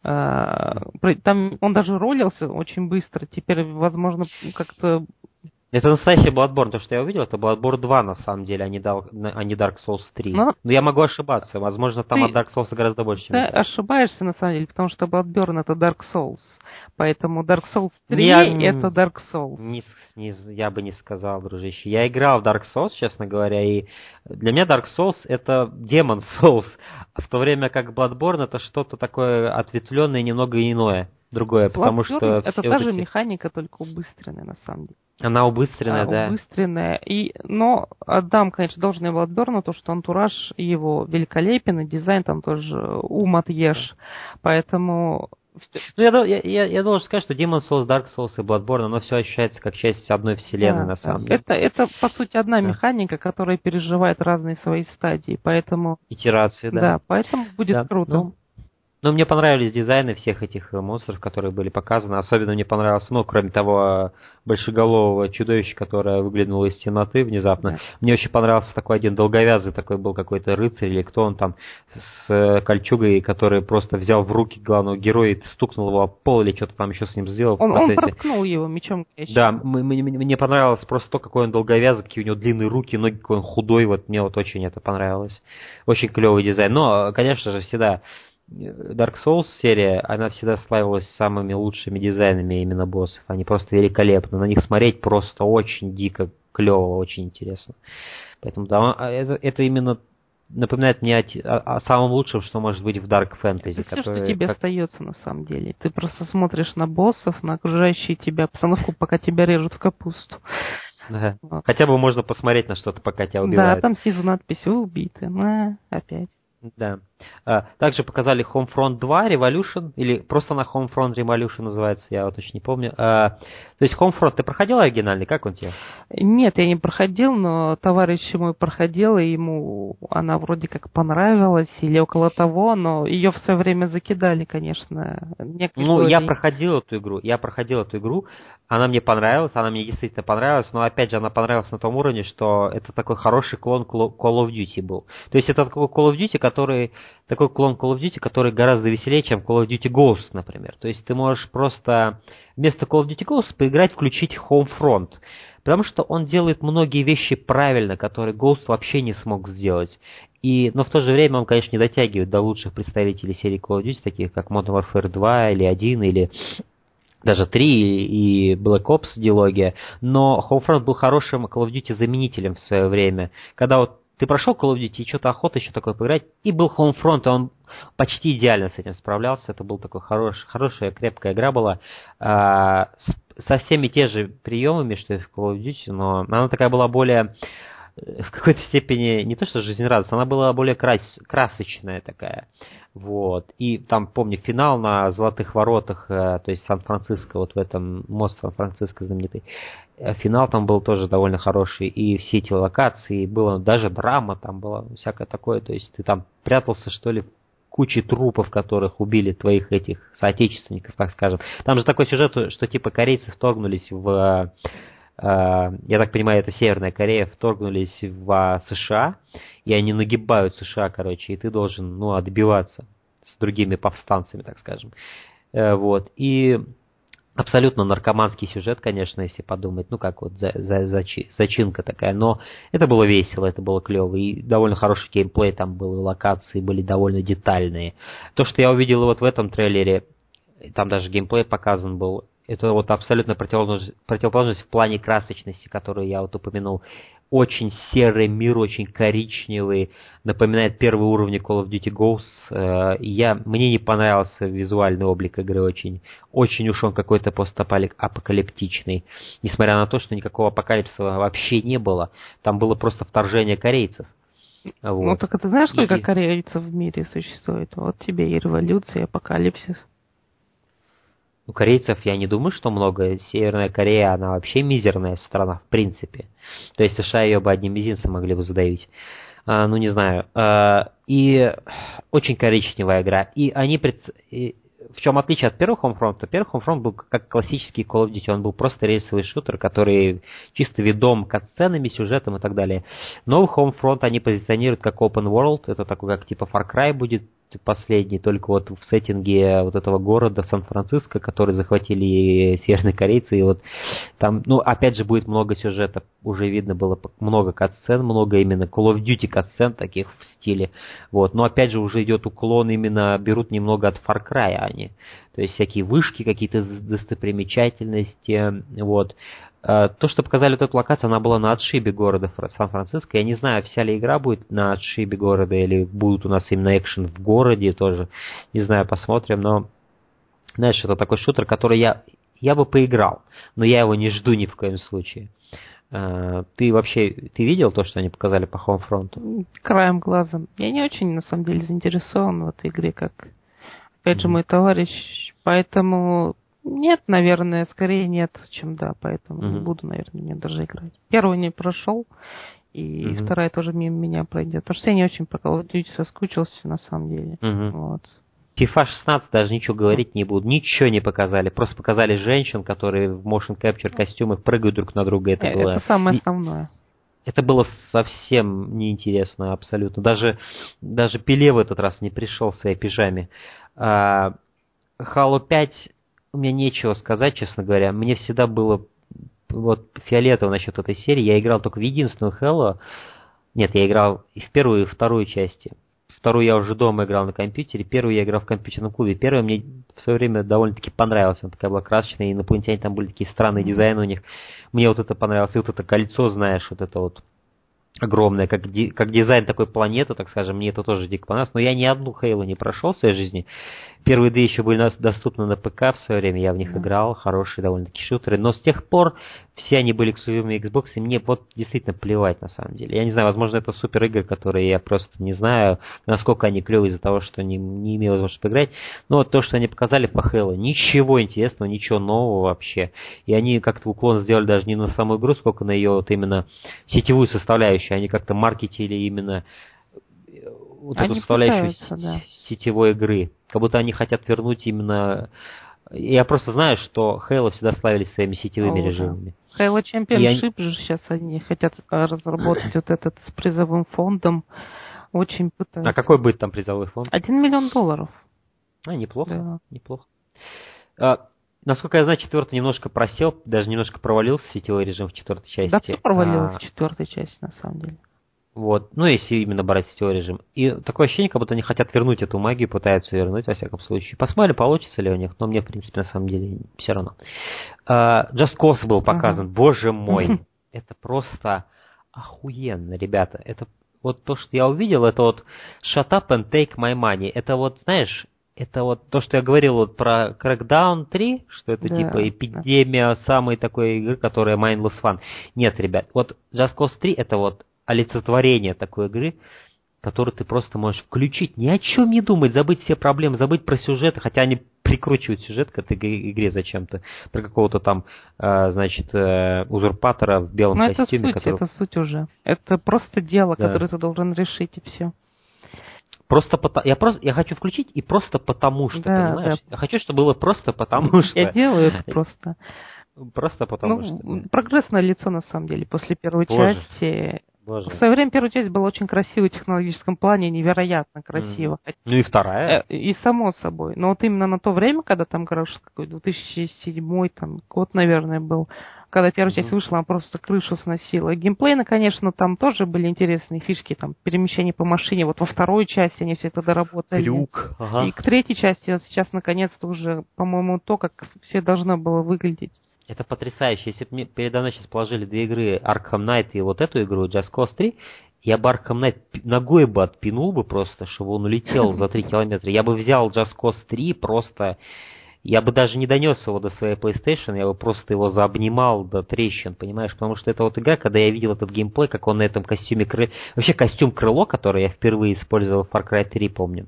Там он даже ролился очень быстро. Теперь, возможно, как-то... Это настоящий Bloodborne, то, что я увидел, это Bloodborne два, на самом деле, а не, а не Dark Souls три. Но, Но я могу ошибаться, возможно, там от Dark Souls гораздо больше, чем... Ты это. ошибаешься, на самом деле, потому что Bloodborne это Dark Souls, поэтому Dark Souls три я, это Dark Souls. Не, не, я бы не сказал, дружище. Я играл в Dark Souls, честно говоря, и для меня Dark Souls это Demon Souls, в то время как Bloodborne это что-то такое ответвленное, немного иное, другое, Bloodborne потому что... это та же эти... механика, только убыстренная, на самом деле. Она убыстренная, а, да. Убыстренная. И, но отдам, конечно, должное Bloodborne, то, что антураж его великолепен, и дизайн там тоже ум отъешь. Поэтому... Ну, я, я, я должен сказать, что Demon's Souls, Dark Souls и Bloodborne, оно все ощущается как часть одной вселенной, да, на самом да. деле. Это, это, по сути, одна да. механика, которая переживает разные свои стадии, поэтому... Итерации, да. Да, поэтому будет да. круто. Ну, Ну, мне понравились дизайны всех этих монстров, которые были показаны. Особенно мне понравился, ну, кроме того, большеголового чудовища, которое выглянуло из темноты внезапно. Да. Мне очень понравился такой один долговязый, такой был какой-то рыцарь или кто он там, с кольчугой, который просто взял в руки главного героя и стукнул его об пол или что-то там еще с ним сделал. Он, он проткнул его мечом. Да, мне, мне понравилось просто то, какой он долговязый, какие у него длинные руки, ноги, какой он худой. Вот мне вот очень это понравилось. Очень клевый дизайн. Но, конечно же, всегда... Dark Souls серия, она всегда славилась самыми лучшими дизайнами именно боссов. Они просто великолепны. На них смотреть просто очень дико, клево, очень интересно. Поэтому да, это, это именно напоминает мне о, о, о самом лучшем, что может быть в Dark Fantasy. Это все, что тебе как... остается на самом деле. Ты просто смотришь на боссов, на окружающие тебя обстановку, пока тебя режут в капусту. Да. Вот. Хотя бы можно посмотреть на что-то, пока тебя убивают. Да, там снизу надпись «Вы убиты». На, опять. Да. Также показали Homefront два Revolution, или просто на Homefront Revolution называется, я вот точно не помню. То есть Homefront, ты проходил оригинальный, как он тебе? Нет, я не проходил, но товарищ мой проходил, и ему она вроде как понравилась, или около того, но ее все время закидали, конечно. Ну, я проходил эту игру, я проходил эту игру, она мне понравилась, она мне действительно понравилась, но опять же она понравилась на том уровне, что это такой хороший клон Call of Duty был. То есть это такой Call of Duty, который... такой клон Call of Duty, который гораздо веселее, чем Call of Duty Ghosts, например. То есть ты можешь просто вместо Call of Duty Ghosts поиграть, включить Homefront. Потому что он делает многие вещи правильно, которые Ghost вообще не смог сделать. И, но в то же время он, конечно, не дотягивает до лучших представителей серии Call of Duty, таких как Modern Warfare два или один, или даже три и Black Ops дилогия. Но Homefront был хорошим Call of Duty заменителем в свое время. Когда вот ты прошел Call of Duty, и что-то охота еще такое поиграть, и был Homefront, и он почти идеально с этим справлялся. Это был такой хорош, хорошая, крепкая игра была, а, с, со всеми те же приемами, что и в Call of Duty, но она такая была более, в какой-то степени, не то что жизнерадостная, она была более крас, красочная такая. Вот. И там, помню, финал на Золотых Воротах, то есть Сан-Франциско, вот в этом мост Сан-Франциско знаменитый. Финал там был тоже довольно хороший, и все эти локации, было даже драма там была, всякое такое, то есть ты там прятался, что ли, в куче трупов, которых убили твоих этих соотечественников, так скажем. Там же такой сюжет, что типа корейцы вторгнулись в, я так понимаю, это Северная Корея, вторгнулись в США, и они нагибают США, короче, и ты должен, ну, отбиваться с другими повстанцами, так скажем. Вот, и... абсолютно наркоманский сюжет, конечно, если подумать, ну как вот за, за, зачи, зачинка такая, но это было весело, это было клево, и довольно хороший геймплей там был, и локации были довольно детальные. То, что я увидел вот в этом трейлере, там даже геймплей показан был, это вот абсолютно противоположность, противоположность в плане красочности, которую я вот упомянул. Очень серый мир, очень коричневый, напоминает первые уровни Call of Duty Ghosts. Я, мне не понравился визуальный облик игры очень. Очень уж он какой-то постапокалиптичный. Несмотря на то, что никакого апокалипсиса вообще не было. Там было просто вторжение корейцев. Вот. Ну так ты знаешь, сколько и... корейцев в мире существует? Вот тебе и революция, и апокалипсис. У корейцев я не думаю, что много. Северная Корея, она вообще мизерная страна, в принципе. То есть США ее бы одним мизинцем могли бы задавить. А, ну, не знаю. А, и очень коричневая игра. И они... Пред... И в чем отличие от первого Homefront? Первый Homefront был как классический Call of Duty. Он был просто рельсовый шутер, который чисто ведом катсценами, сюжетом и так далее. Новый Homefront они позиционируют как Open World. Это такой, как типа Far Cry будет последний, только вот в сеттинге вот этого города Сан-Франциско, который захватили северные корейцы, и вот там, ну, опять же, будет много сюжета, уже видно было много катсцен, много именно Call of Duty катсцен таких в стиле, вот, но опять же уже идет уклон, именно берут немного от Far Cry они, то есть всякие вышки, какие-то достопримечательности, вот. То, что показали эту локацию, она была на отшибе города Сан-Франциско. Я не знаю, вся ли игра будет на отшибе города, или будет у нас именно экшен в городе тоже. Не знаю, посмотрим. Но, знаешь, это такой шутер, который я, я бы поиграл, но я его не жду ни в коем случае. Ты вообще, ты видел то, что они показали по Homefront? Краем глаза. Я не очень, на самом деле, заинтересован в этой игре, как, опять же, mm-hmm. мой товарищ. Поэтому... Нет, наверное, скорее нет, чем да, поэтому mm-hmm. не буду, наверное, мне даже играть. Первый не прошел, и mm-hmm. вторая тоже мимо меня пройдет. Потому что я не очень по Call of Duty соскучился, на самом деле. Mm-hmm. Вот. FIFA шестнадцать даже ничего говорить не буду. Ничего не показали. Просто показали женщин, которые в motion capture костюмах прыгают друг на друга. Это, это было... самое основное. Это было совсем неинтересно абсолютно. Даже, даже Пеле в этот раз не пришел в своей пижаме. А, Halo пять, у меня нечего сказать, честно говоря. Мне всегда было вот фиолетово насчет этой серии. Я играл только в единственную Halo. Нет, я играл и в первую, и в вторую части. Вторую я уже дома играл на компьютере, первую я играл в компьютерном клубе. Первая мне в свое время довольно-таки понравилась. Она такая была красочная, и инопланетяне там были такие странные дизайны у них. Мне вот это понравилось. И вот это кольцо, знаешь, вот это вот огромное, как, ди, как дизайн такой планеты, так скажем, мне это тоже дико понравилось. Но я ни одну Halo не прошел в своей жизни. Первые две еще были доступны на ПК в свое время, я в них играл, хорошие довольно-таки шутеры. Но с тех пор все они были эксклюзивными Xbox, и мне вот действительно плевать на самом деле. Я не знаю, возможно, это супер игры, которые я просто не знаю, насколько они клевые из-за того, что не, не имел возможности поиграть. Но вот то, что они показали по Halo, ничего интересного, ничего нового вообще. И они как-то уклон сделали даже не на саму игру, сколько на ее вот именно сетевую составляющую. Они как-то маркетили именно вот они эту составляющую да. сетевой игры. Как будто они хотят вернуть именно... Я просто знаю, что Halo всегда славились своими сетевыми О, режимами. Да. Halo Championship они... же сейчас они хотят разработать вот этот с призовым фондом. Очень пытаются. А какой будет там призовой фонд? Один миллион долларов. А, неплохо. Да. Неплохо. А, насколько я знаю, четвертый немножко просел, даже немножко провалился сетевой режим в четвертой части. Да, все провалилось а... в четвертой части, на самом деле. Вот, ну если именно брать сетевой режим. И такое ощущение, как будто они хотят вернуть эту магию, пытаются вернуть, во всяком случае. Посмотрим, получится ли у них, но мне, в принципе, на самом деле все равно. Uh, Just Cause был показан, uh-huh. Боже мой, это просто охуенно, ребята. Это вот то, что я увидел, это вот shut up and take my money. Это вот, знаешь, это вот то, что я говорил вот про Crackdown три, что это да, типа эпидемия да. самой такой игры, которая mindless fun. Нет, ребят, вот Just Cause три это вот олицетворение такой игры, которую ты просто можешь включить, ни о чем не думать, забыть все проблемы, забыть про сюжеты, хотя они прикручивают сюжет к этой игре зачем-то, про какого-то там, э, значит, э, узурпатора в белом Но костюме. Это суть, который... это суть уже. Это просто дело, да. которое ты должен решить, и все. Просто потому, я просто, я хочу включить и просто потому что, да, понимаешь? Да. Я хочу, чтобы было просто потому что. Я делаю это просто. Просто потому ну, что. Прогресс на лицо на самом деле после первой Боже. части. Боже. В свое время первая часть была очень красивой в технологическом плане, невероятно красиво. Mm. Ну и вторая. И само собой. Но вот именно на то время, когда там, короче, какой две тысячи седьмой там, год, наверное, был, когда первая mm-hmm. часть вышла, она просто крышу сносила. Геймплейно, конечно, там тоже были интересные фишки, там, перемещение по машине. Вот во второй части они все это доработали. Трюк. Ага. И к третьей части сейчас, наконец-то, уже, по-моему, то, как все должно было выглядеть. Это потрясающе. Если бы мне передо мной сейчас положили две игры, Arkham Knight и вот эту игру, Just Cause три, я бы Arkham Knight ногой бы отпинул бы просто, чтобы он улетел за три километра. Я бы взял Just Cause три просто... Я бы даже не донес его до своей PlayStation, я бы просто его заобнимал до трещин, понимаешь? Потому что это вот игра, когда я видел этот геймплей, как он на этом костюме крыло... Вообще костюм крыло, который я впервые использовал в Far Cry три, помню.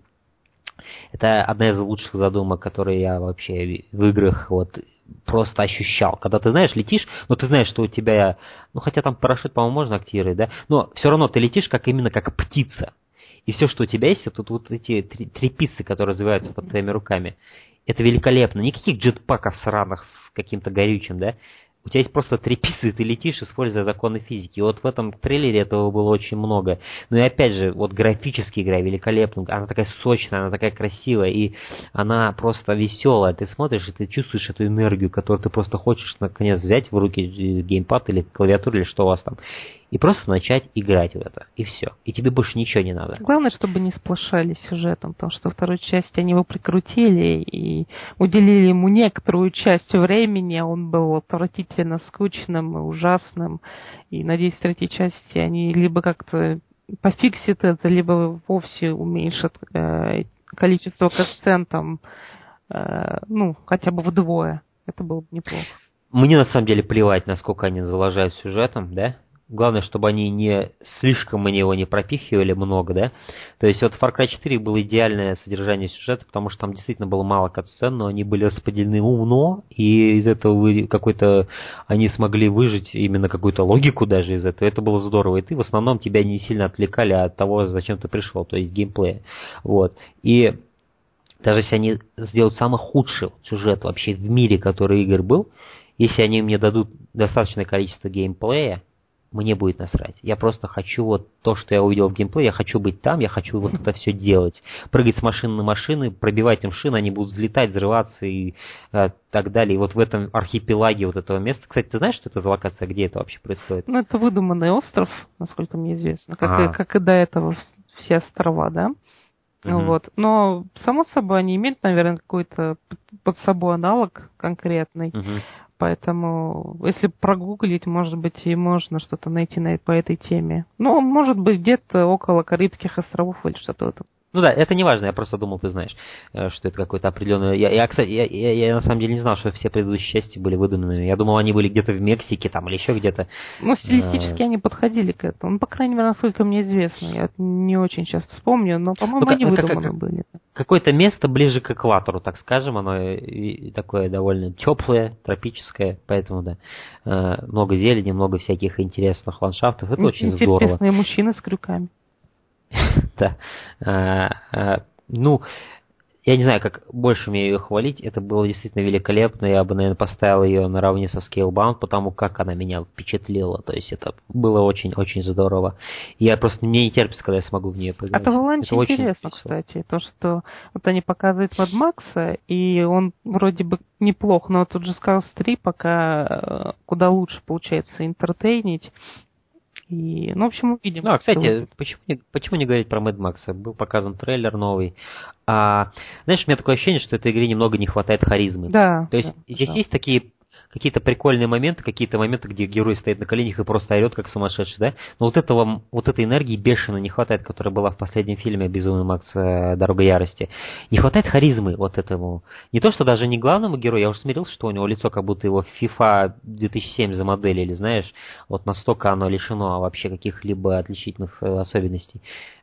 Это одна из лучших задумок, которые я вообще в играх вот просто ощущал. Когда ты, знаешь, летишь, но ты знаешь, что у тебя... Ну, хотя там парашют, по-моему, можно активировать, да? Но все равно ты летишь как именно как птица. И все, что у тебя есть, это вот эти три, три пиццы, которые развиваются под твоими руками. Это великолепно. Никаких джетпаков сраных с каким-то горючим, да? У тебя есть просто три пиццы, и ты летишь, используя законы физики. И вот в этом трейлере этого было очень много. Ну и опять же, вот графически игра великолепная. Она такая сочная, она такая красивая, и она просто веселая. Ты смотришь, и ты чувствуешь эту энергию, которую ты просто хочешь наконец взять в руки геймпад или клавиатуру, или что у вас там. И просто начать играть в это. И все. И тебе больше ничего не надо. Главное, чтобы не сплошали сюжетом, потому что вторую часть они его прикрутили и уделили ему некоторую часть времени. Он был отвратительно скучным и ужасным. И, надеюсь, в третьей части они либо как-то пофиксят это, либо вовсе уменьшат э, количество катсцен там, э, ну, хотя бы вдвое. Это было бы неплохо. Мне на самом деле плевать, насколько они заложают сюжетом, да? Главное, чтобы они не слишком мне его не пропихивали много, да. То есть вот в Far Cry четыре было идеальное содержание сюжета, потому что там действительно было мало катсцен, но они были распределены умно, и из этого вы какой-то они смогли выжить именно какую-то логику даже из этого. Это было здорово. И ты в основном тебя не сильно отвлекали от того, зачем ты пришел, то есть геймплея. Вот. И даже если они сделают самый худший сюжет вообще в мире, который игр был, если они мне дадут достаточное количество геймплея, мне будет насрать. Я просто хочу вот то, что я увидел в геймплее, я хочу быть там, я хочу вот это все делать. Прыгать с машины на машины, пробивать им шины, они будут взлетать, взрываться и э, так далее. И вот в этом архипелаге вот этого места... Кстати, ты знаешь, что это за локация, где это вообще происходит? Ну, это выдуманный остров, насколько мне известно, как, и, как и до этого все острова, да? Mm-hmm. Вот. Но, само собой, они имеют, наверное, какой-то под собой аналог конкретный. Mm-hmm. Поэтому, если прогуглить, может быть, и можно что-то найти на, по этой теме. Ну, может быть, где-то около Карибских островов или что-то в этом. Ну да, это не важно, я просто думал, ты знаешь, что это какой-то определенный... Я, я, кстати, я, я, я на самом деле не знал, что все предыдущие части были выдуманными. Я думал, они были где-то в Мексике там или еще где-то. Ну, стилистически а... они подходили к этому. Ну, по крайней мере, насколько мне известно. Я не очень сейчас вспомню, но, по-моему, ну, они выдуманы как, были. Какое-то место ближе к экватору, так скажем. Оно такое довольно теплое, тропическое, поэтому, да, много зелени, много всяких интересных ландшафтов. Это очень здорово. Интересные мужчины с крюками. Да. А, а, ну, я не знаю, как больше мне ее хвалить. Это было действительно великолепно. Я бы, наверное, поставил ее наравне со Scalebound, потому как она меня впечатлила. То есть это было очень-очень здорово. Я просто мне не терпится, когда я смогу в нее поиграть. Это Avalanche интересно, кстати. То, что вот они показывают Mad Max, и он вроде бы неплох, но тут же Scars три пока куда лучше получается интертейнить. И, ну, в общем, увидим. Ну, а, кстати, почему не, почему не говорить про Mad Max? Был показан трейлер новый. А, знаешь, у меня такое ощущение, что этой игре немного не хватает харизмы. Да. То есть да, здесь да. есть такие какие-то прикольные моменты, какие-то моменты, где герой стоит на коленях и просто орет, как сумасшедший, да? Но вот этого, вот этой энергии бешено не хватает, которая была в последнем фильме «Безумный Макс. Дорога ярости». Не хватает харизмы вот этому. Не то, что даже не главному герою, я уже смирился, что у него лицо, как будто его в FIFA две тысячи семь замоделили, знаешь? Вот настолько оно лишено вообще каких-либо отличительных особенностей.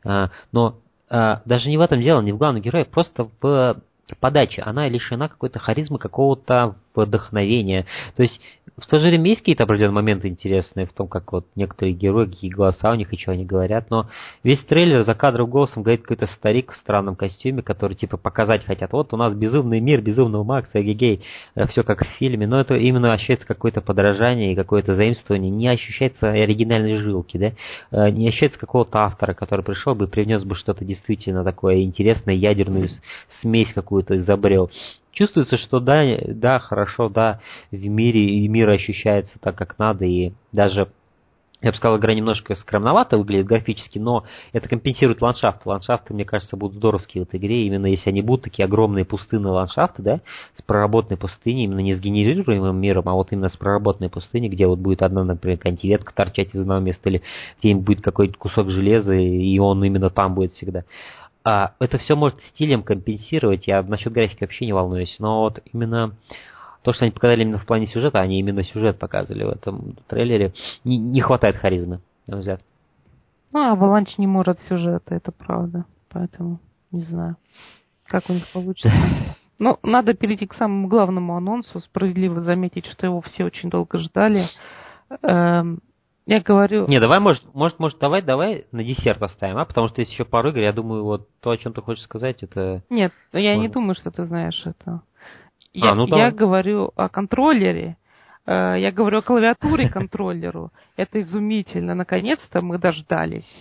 Но даже не в этом дело, не в главном герое, просто в подача, она лишена какой-то харизмы, какого-то вдохновения. То есть в то же время есть какие-то определенные моменты интересные в том, как вот некоторые герои, какие голоса у них и что они говорят, но весь трейлер за кадровым голосом говорит какой-то старик в странном костюме, который типа показать хотят. Вот у нас безумный мир безумного Макса, эгегей, все как в фильме, но это именно ощущается какое-то подражание и какое-то заимствование, не ощущается оригинальной жилки, да, не ощущается какого-то автора, который пришел бы и привнес бы что-то действительно такое интересное, ядерную смесь какую-то изобрел. Чувствуется, что да, да, хорошо, да, в мире, и мир ощущается так, как надо, и даже, я бы сказал, игра немножко скромновато выглядит графически, но это компенсирует ландшафты. Ландшафты, мне кажется, будут здоровские в этой игре, именно если они будут такие огромные пустынные ландшафты, да, с проработанной пустыней, именно не с генерируемым миром, а вот именно с проработанной пустыней, где вот будет одна, например, какая-нибудь ветка торчать из одного места, или где-нибудь будет какой-то кусок железа, и он именно там будет всегда. А, это все может стилем компенсировать, я насчет графики вообще не волнуюсь, но вот именно то, что они показали именно в плане сюжета, они именно сюжет показывали в этом трейлере, не, не хватает харизмы, на мой взгляд. Ну, а Avalanche не может сюжета, это правда, поэтому не знаю, как у них получится. Ну, надо перейти к самому главному анонсу, справедливо заметить, что его все очень долго ждали. Эм... Я говорю... Не, давай, может, может, может, давай, давай на десерт оставим, а? Потому что есть еще пару игр, я думаю, вот то, о чем ты хочешь сказать, это... Нет, я можно. не думаю, что ты знаешь это. А, я, ну, я говорю о контроллере, э, я говорю о клавиатуре контроллеру. Это изумительно, наконец-то мы дождались.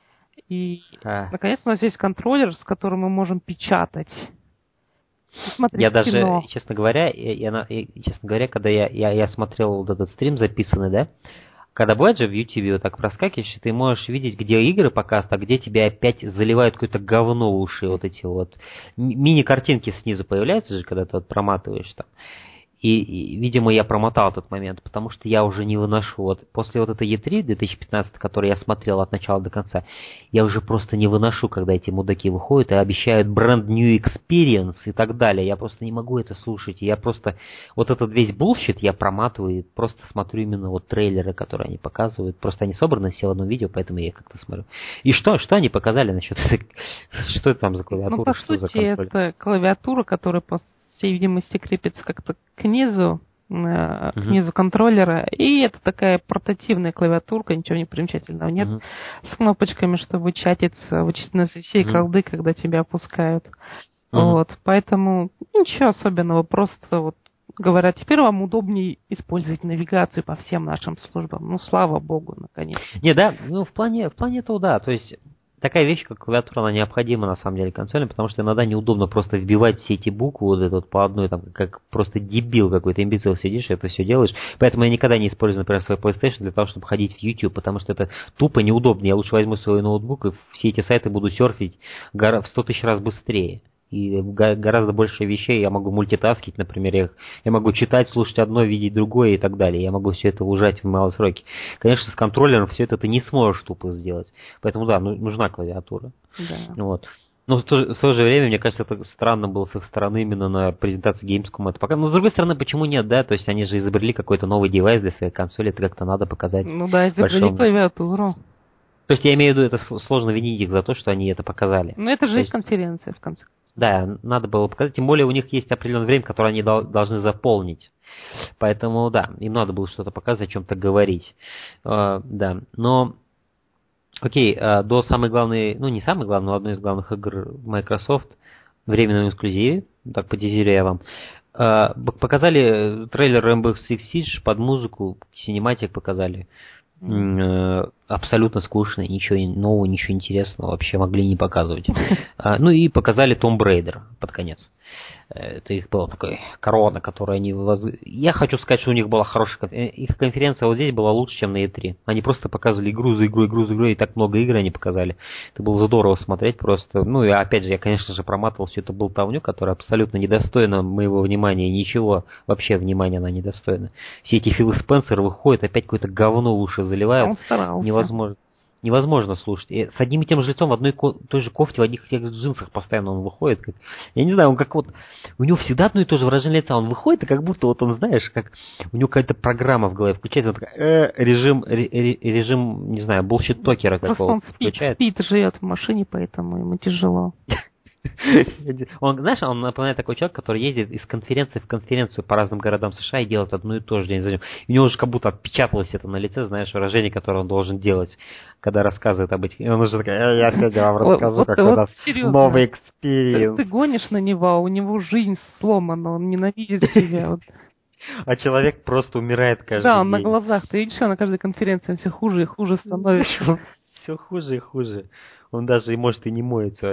И, а. наконец, у нас есть контроллер, с которым мы можем печатать. Я даже, кино. честно говоря, я, я, я, честно говоря, когда я, я, я смотрел вот этот стрим записанный, да, когда бывает же в YouTube вот так проскакиваешь, и ты можешь видеть, где игры показывают, а где тебя опять заливают какое-то говно в уши, вот эти вот мини-картинки снизу появляются же, когда ты вот проматываешь там. И, и, видимо, я промотал этот момент, потому что я уже не выношу. Вот после вот этой и три две тысячи пятнадцатого, который я смотрел от начала до конца, я уже просто не выношу, когда эти мудаки выходят и обещают brand new experience и так далее. Я просто не могу это слушать. Я просто вот этот весь булщит я проматываю и просто смотрю именно вот трейлеры, которые они показывают. Просто они собраны все в одном видео, поэтому я их как-то смотрю. И что, что они показали насчет этой... Что это там за клавиатура? Ну, по что сути, за это клавиатура, которая по всей видимости крепится как-то к низу, uh-huh. к низу контроллера, и это такая портативная клавиатурка, ничего не примечательного нет, uh-huh. с кнопочками, чтобы чатиться, вычислить все uh-huh. колды, когда тебя опускают. Mm-hmm. Вот, поэтому ничего особенного, просто вот говорят, теперь вам удобнее использовать навигацию по всем нашим службам. Ну, слава богу, наконец. Не, да, ну, в плане, в плане этого, да, то есть такая вещь, как клавиатура, она необходима на самом деле консоли, потому что иногда неудобно просто вбивать все эти буквы вот это вот по одной, там, как просто дебил какой-то, имбецил сидишь и это все делаешь. Поэтому я никогда не использую, например, свой PlayStation для того, чтобы ходить в YouTube, потому что это тупо неудобно. Я лучше возьму свой ноутбук и все эти сайты буду серфить в сто тысяч раз быстрее. И гораздо больше вещей я могу мультитаскить, например, я, я могу читать, слушать одно, видеть другое и так далее. Я могу все это ужать в малые сроки. Конечно, с контроллером все это ты не сможешь тупо сделать. Поэтому да, нужна клавиатура. Да. Вот. Но в то, в то же время, мне кажется, это странно было с их стороны именно на презентации Gamescom это пока. Но с другой стороны, почему нет, да? То есть они же изобрели какой-то новый девайс для своей консоли, это как-то надо показать. Ну да, изобрели большому... клавиатуру. То есть я имею в виду, это сложно винить их за то, что они это показали. Ну это же их есть... конференция, в конце концов. Да, надо было показать, тем более у них есть определенное время, которое они дол- должны заполнить. Поэтому, да, им надо было что-то показывать, о чем-то говорить. Uh, да, но, окей, uh, до самой главной, ну не самой главной, но одной из главных игр Microsoft, временном эксклюзиве, так потизирую я вам, uh, показали трейлер Rainbow Six Siege под музыку, синематик показали. Mm. Абсолютно скучно, ничего нового, ничего интересного вообще могли не показывать. а, ну и показали Tomb Raider под конец. Это их была такая корона, которую они... Воз... Я хочу сказать, что у них была хорошая... Их конференция вот здесь была лучше, чем на и три. Они просто показывали игру за игрой, игру за игрой, и так много игр они показали. Это было здорово смотреть просто. Ну и опять же, я, конечно же, проматывал всю эту болтовню, которая абсолютно недостойна моего внимания. Ничего вообще внимания она недостойна. Все эти Филы Спенсеры выходят, опять какое-то говно в уши заливают. Он старался. Невозможно. Невозможно слушать. И с одним и тем же лицом в одной ко- той же кофте, в одних и тех же джинсах постоянно он выходит. Как, я не знаю, он как вот... У него всегда одно и то же выражение лица. Он выходит, и как будто вот он, знаешь, как у него какая-то программа в голове включается. Он такая, э, режим, ре, режим, не знаю, булщит-токера какого-то он спит, включает. спит, живет в машине, поэтому ему тяжело. Он, знаешь, он напоминает такой человек, который ездит из конференции в конференцию по разным городам США и делает одно и то же день за днем. И у него уже как будто отпечаталось это на лице, знаешь, выражение, которое он должен делать, когда рассказывает об этих. И он уже такой, я сегодня вам расскажу, как у нас новый экспириенс. Ты гонишь на него, у него жизнь сломана, он ненавидит себя. А человек просто умирает каждый день. Да, он на глазах. Ты видишь, что на каждой конференции все хуже и хуже становится. Все хуже и хуже. Он даже, может, и не моется.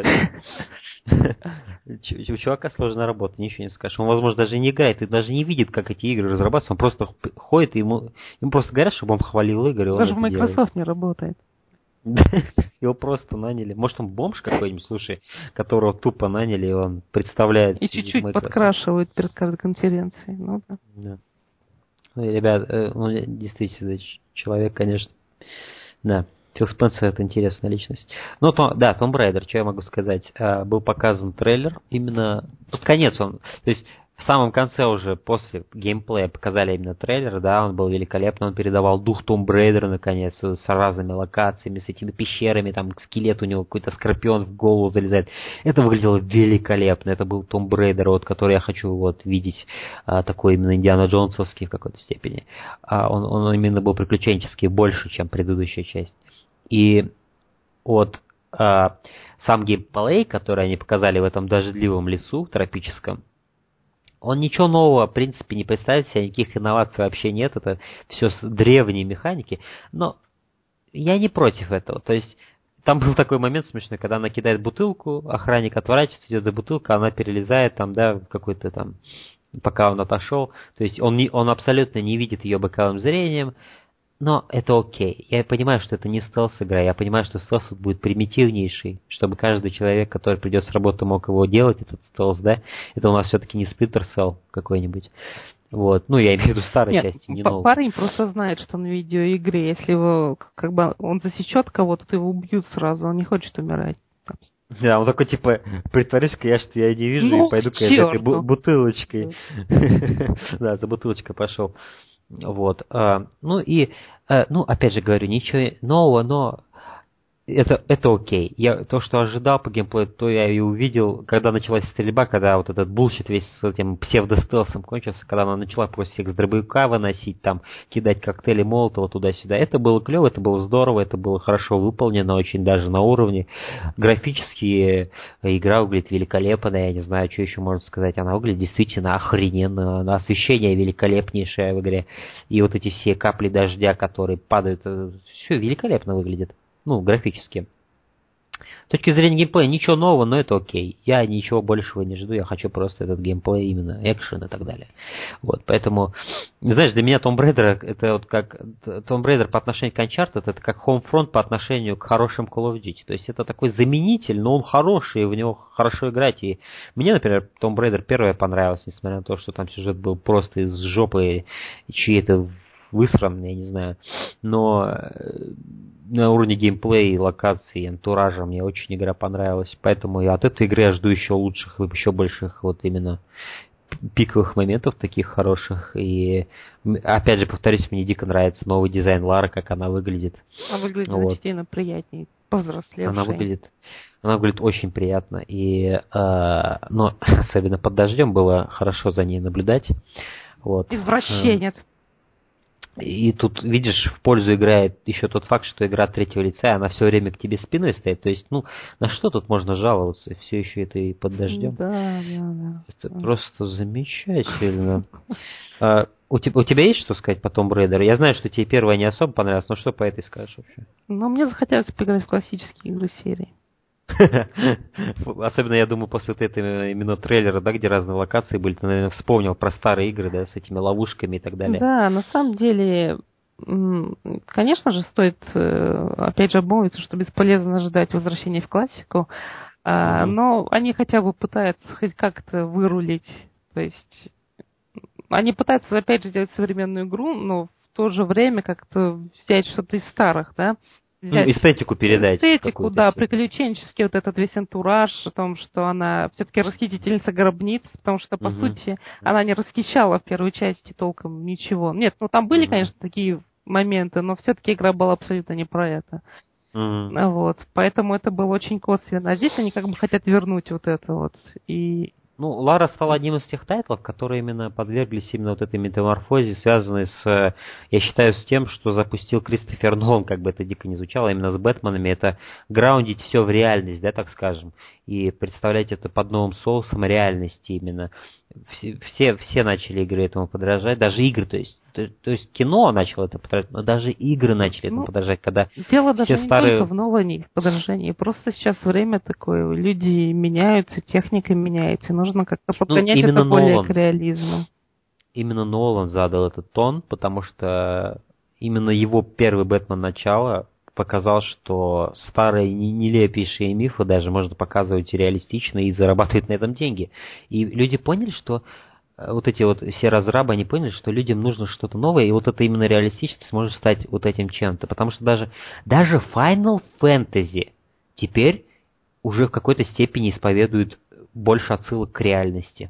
У чувака сложная работа, ничего не скажешь. Он, возможно, даже не играет, и даже не видит, как эти игры разрабатываются. Он просто ходит, и ему, ему просто говорят, чтобы он хвалил игры. Даже в Microsoft не работает. Его просто наняли. Может, он бомж какой-нибудь, слушай, которого тупо наняли, и он представляет... И чуть-чуть подкрашивают перед каждой конференцией. Ну, да. Да. Ну, ребят, ну, действительно, человек, конечно, да. Фил Спенсер — это интересная личность. Ну, то, да, Tomb Raider, что я могу сказать? А, был показан трейлер, именно под конец он, то есть в самом конце уже, после геймплея показали именно трейлер, да, он был великолепный, он передавал дух Tomb Raider, наконец, с разными локациями, с этими пещерами, там скелет у него, какой-то скорпион в голову залезает. Это выглядело великолепно, это был Tomb Raider, вот, который я хочу вот видеть, а, такой именно Индиана Джонсовский в какой-то степени. А, он, он именно был приключенческий больше, чем предыдущая часть. И вот э, сам геймплей, который они показали в этом дождливом лесу тропическом, он ничего нового, в принципе, не представляет себе, никаких инноваций вообще нет, это все древние механики, но я не против этого, то есть там был такой момент смешной, когда она кидает бутылку, охранник отворачивается, идет за бутылкой, она перелезает там, да, в какой-то там, пока он отошел, то есть он, не, он абсолютно не видит ее боковым зрением. Но это окей. Я понимаю, что это не стелс-игра. Я понимаю, что стелс будет примитивнейший, чтобы каждый человек, который придет с работы, мог его делать, этот стелс, да? Это у нас все-таки не Splinter Cell какой-нибудь. Вот. Ну, я имею в виду старой Нет, части, не новой. Парень просто знает, что он в видеоигре. Если его, как бы, он засечет кого-то, то его убьют сразу. Он не хочет умирать. Да, он такой, типа, притворюсь-ка я, что я не вижу, ну, и пойду-ка я за этой бу- бутылочкой. Да, за бутылочкой пошел. Вот, а, ну и, а, ну, опять же говорю, ничего нового, но Это, это окей. Я то, что ожидал по геймплею, то я и увидел, когда началась стрельба, когда вот этот булщит весь с этим псевдостелсом кончился, когда она начала просто всех с дробовика выносить, там, кидать коктейли Молотова туда-сюда. Это было клево, это было здорово, это было хорошо выполнено, очень даже на уровне. Графически игра выглядит великолепно, я не знаю, что еще можно сказать. Она выглядит действительно охрененно, освещение великолепнейшее в игре. И вот эти все капли дождя, которые падают, все великолепно выглядит. Ну, графически. С точки зрения геймплея ничего нового, но это окей. Я ничего большего не жду, я хочу просто этот геймплей, именно экшен и так далее. Вот, поэтому, знаешь, для меня Tomb Raider это вот как Tomb Raider по отношению к Uncharted, это как Homefront по отношению к хорошим Call of Duty. То есть это такой заменитель, но он хороший, и в него хорошо играть. И мне, например, Tomb Raider первая понравилась, несмотря на то, что там сюжет был просто из жопы чьей-то высран, я не знаю. Но на уровне геймплея, локаций, антуража мне очень игра понравилась. Поэтому я от этой игры я жду еще лучших, еще больших вот именно пиковых моментов таких хороших. И опять же, повторюсь, мне дико нравится новый дизайн Лары, как она выглядит. Она выглядит вот. Значительно приятнее, повзрослевшей. Она выглядит, она выглядит очень приятно. И, э, но особенно под дождем было хорошо за ней наблюдать. Вот. Извращенец. И тут, видишь, в пользу играет еще тот факт, что игра от третьего лица, она все время к тебе спиной стоит. То есть, ну, на что тут можно жаловаться? Все еще это и под дождем. Да, да, да. Это просто замечательно. А, у, тебя, у тебя есть что сказать по Tomb Raider? Я знаю, что тебе первая не особо понравилась, но что по этой скажешь вообще? Ну, мне захотелось поиграть в классические игры серии. Особенно, я думаю, после вот этого именно трейлера, да, где разные локации были, ты, наверное, вспомнил про старые игры, да, с этими ловушками и так далее. Да, на самом деле, конечно же, стоит, опять же, обмолвиться, что бесполезно ждать возвращения в классику, mm-hmm. но они хотя бы пытаются хоть как-то вырулить, то есть они пытаются, опять же, сделать современную игру, но в то же время как-то взять что-то из старых, да, взять ну, эстетику передать. Эстетику, да, приключенческий вот этот весь антураж о том, что она все-таки расхитительница гробниц, потому что, по угу. сути, она не расхищала в первой части толком ничего. Нет, ну там были, угу. конечно, такие моменты, но все-таки игра была абсолютно не про это. Угу. Вот, поэтому это было очень косвенно. А здесь они как бы хотят вернуть вот это вот. И... Ну, Лара стала одним из тех тайтлов, которые именно подверглись именно вот этой метаморфозе, связанной с, я считаю, с тем, что запустил Кристофер Нолан, как бы это дико не звучало, именно с Бэтменами, это граундить все в реальность, да, так скажем, и представлять это под новым соусом реальности именно. Все, все, все начали игры этому подражать, даже игры, то есть, то, то есть кино начало это подражать, но даже игры начали этому ну, подражать, когда дело все даже старые... не только в Нолане, в подражании, просто сейчас время такое, люди меняются, техника меняется, нужно как-то подгонять ну, это более Нолан, к реализму. Именно Нолан задал этот тон, потому что именно его первый Бэтмен начала показал, что старые нелепейшие мифы даже можно показывать реалистично и зарабатывать на этом деньги. И люди поняли, что вот эти вот все разрабы, они поняли, что людям нужно что-то новое, и вот это именно реалистичность может стать вот этим чем-то. Потому что даже, даже Final Fantasy теперь уже в какой-то степени исповедует больше отсылок к реальности.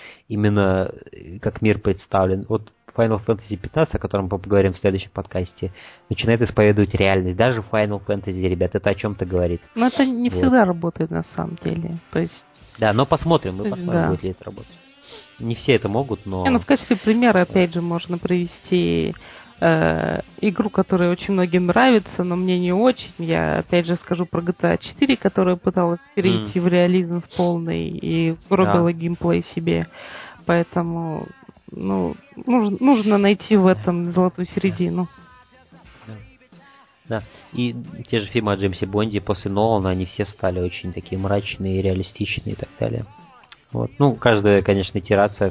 Именно как мир представлен. Вот Final Fantasy пятнадцать, о котором мы поговорим в следующем подкасте, начинает исповедовать реальность. Даже Final Fantasy, ребят, это о чем-то говорит. Но это не вот. Всегда работает на самом деле. То есть... Да, но посмотрим, мы посмотрим, да. Будет ли это работать. Не все это могут, но... Не, ну, в качестве примера, опять же, можно привести э, игру, которая очень многим нравится, но мне не очень. Я, опять же, скажу про джи ти эй четыре, которая пыталась перейти mm. в реализм в полный и вырубила да. геймплей себе. Поэтому... Ну, нужно, нужно найти в этом золотую середину. Да. да. И те же фильмы о Джеймсе Бонде после Нолана, они все стали очень такие мрачные, реалистичные и так далее. Вот. Ну, каждая, конечно, итерация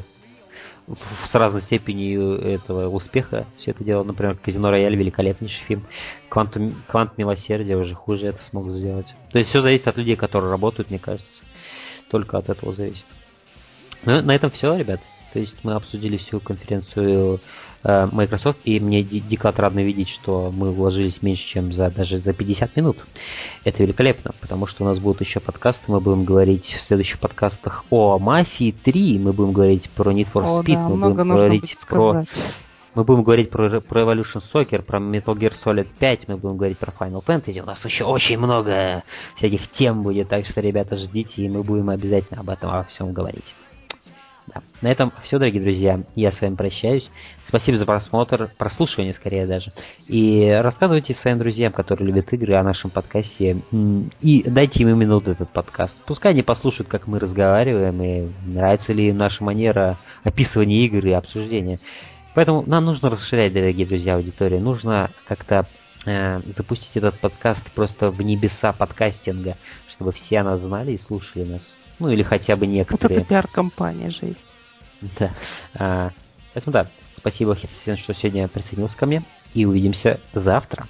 с разной степенью этого успеха все это дело. Например, Казино Рояль, великолепнейший фильм. Квантум, Квант милосердия уже хуже это смог сделать. То есть все зависит от людей, которые работают, мне кажется. Только от этого зависит. Ну, на этом все, ребят. То есть мы обсудили всю конференцию э, Microsoft, и мне ди- дико отрадно видеть, что мы вложились меньше, чем за даже за пятьдесят минут. Это великолепно, потому что у нас будут еще подкасты, мы будем говорить в следующих подкастах о Мафии три, мы будем говорить про Need for Speed, О, да, мы будем говорить про... Мы будем говорить про, про Evolution Soccer, про Metal Gear Solid пять, мы будем говорить про Final Fantasy. У нас еще очень много всяких тем будет, так что, ребята, ждите, и мы будем обязательно об этом во всем говорить. Да. На этом все, дорогие друзья. Я с вами прощаюсь. Спасибо за просмотр, прослушивание скорее даже. И рассказывайте своим друзьям, которые любят игры, о нашем подкасте. И дайте им именно вот этот подкаст. Пускай они послушают, как мы разговариваем, и нравится ли им наша манера описывания игр и обсуждения. Поэтому нам нужно расширять, дорогие друзья, аудиторию. Нужно как-то э, запустить этот подкаст просто в небеса подкастинга, чтобы все нас знали и слушали нас. Ну, или хотя бы некоторые. Вот это пиар-компания же есть. Да. А, поэтому да, спасибо, Хитсен, что сегодня присоединился ко мне. И увидимся завтра.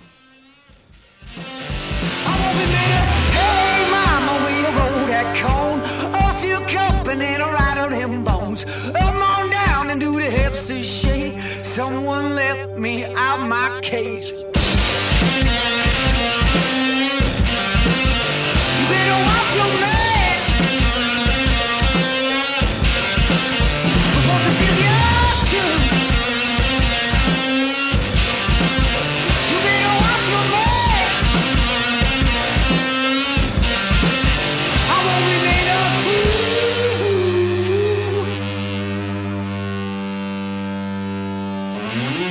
Mm-hmm.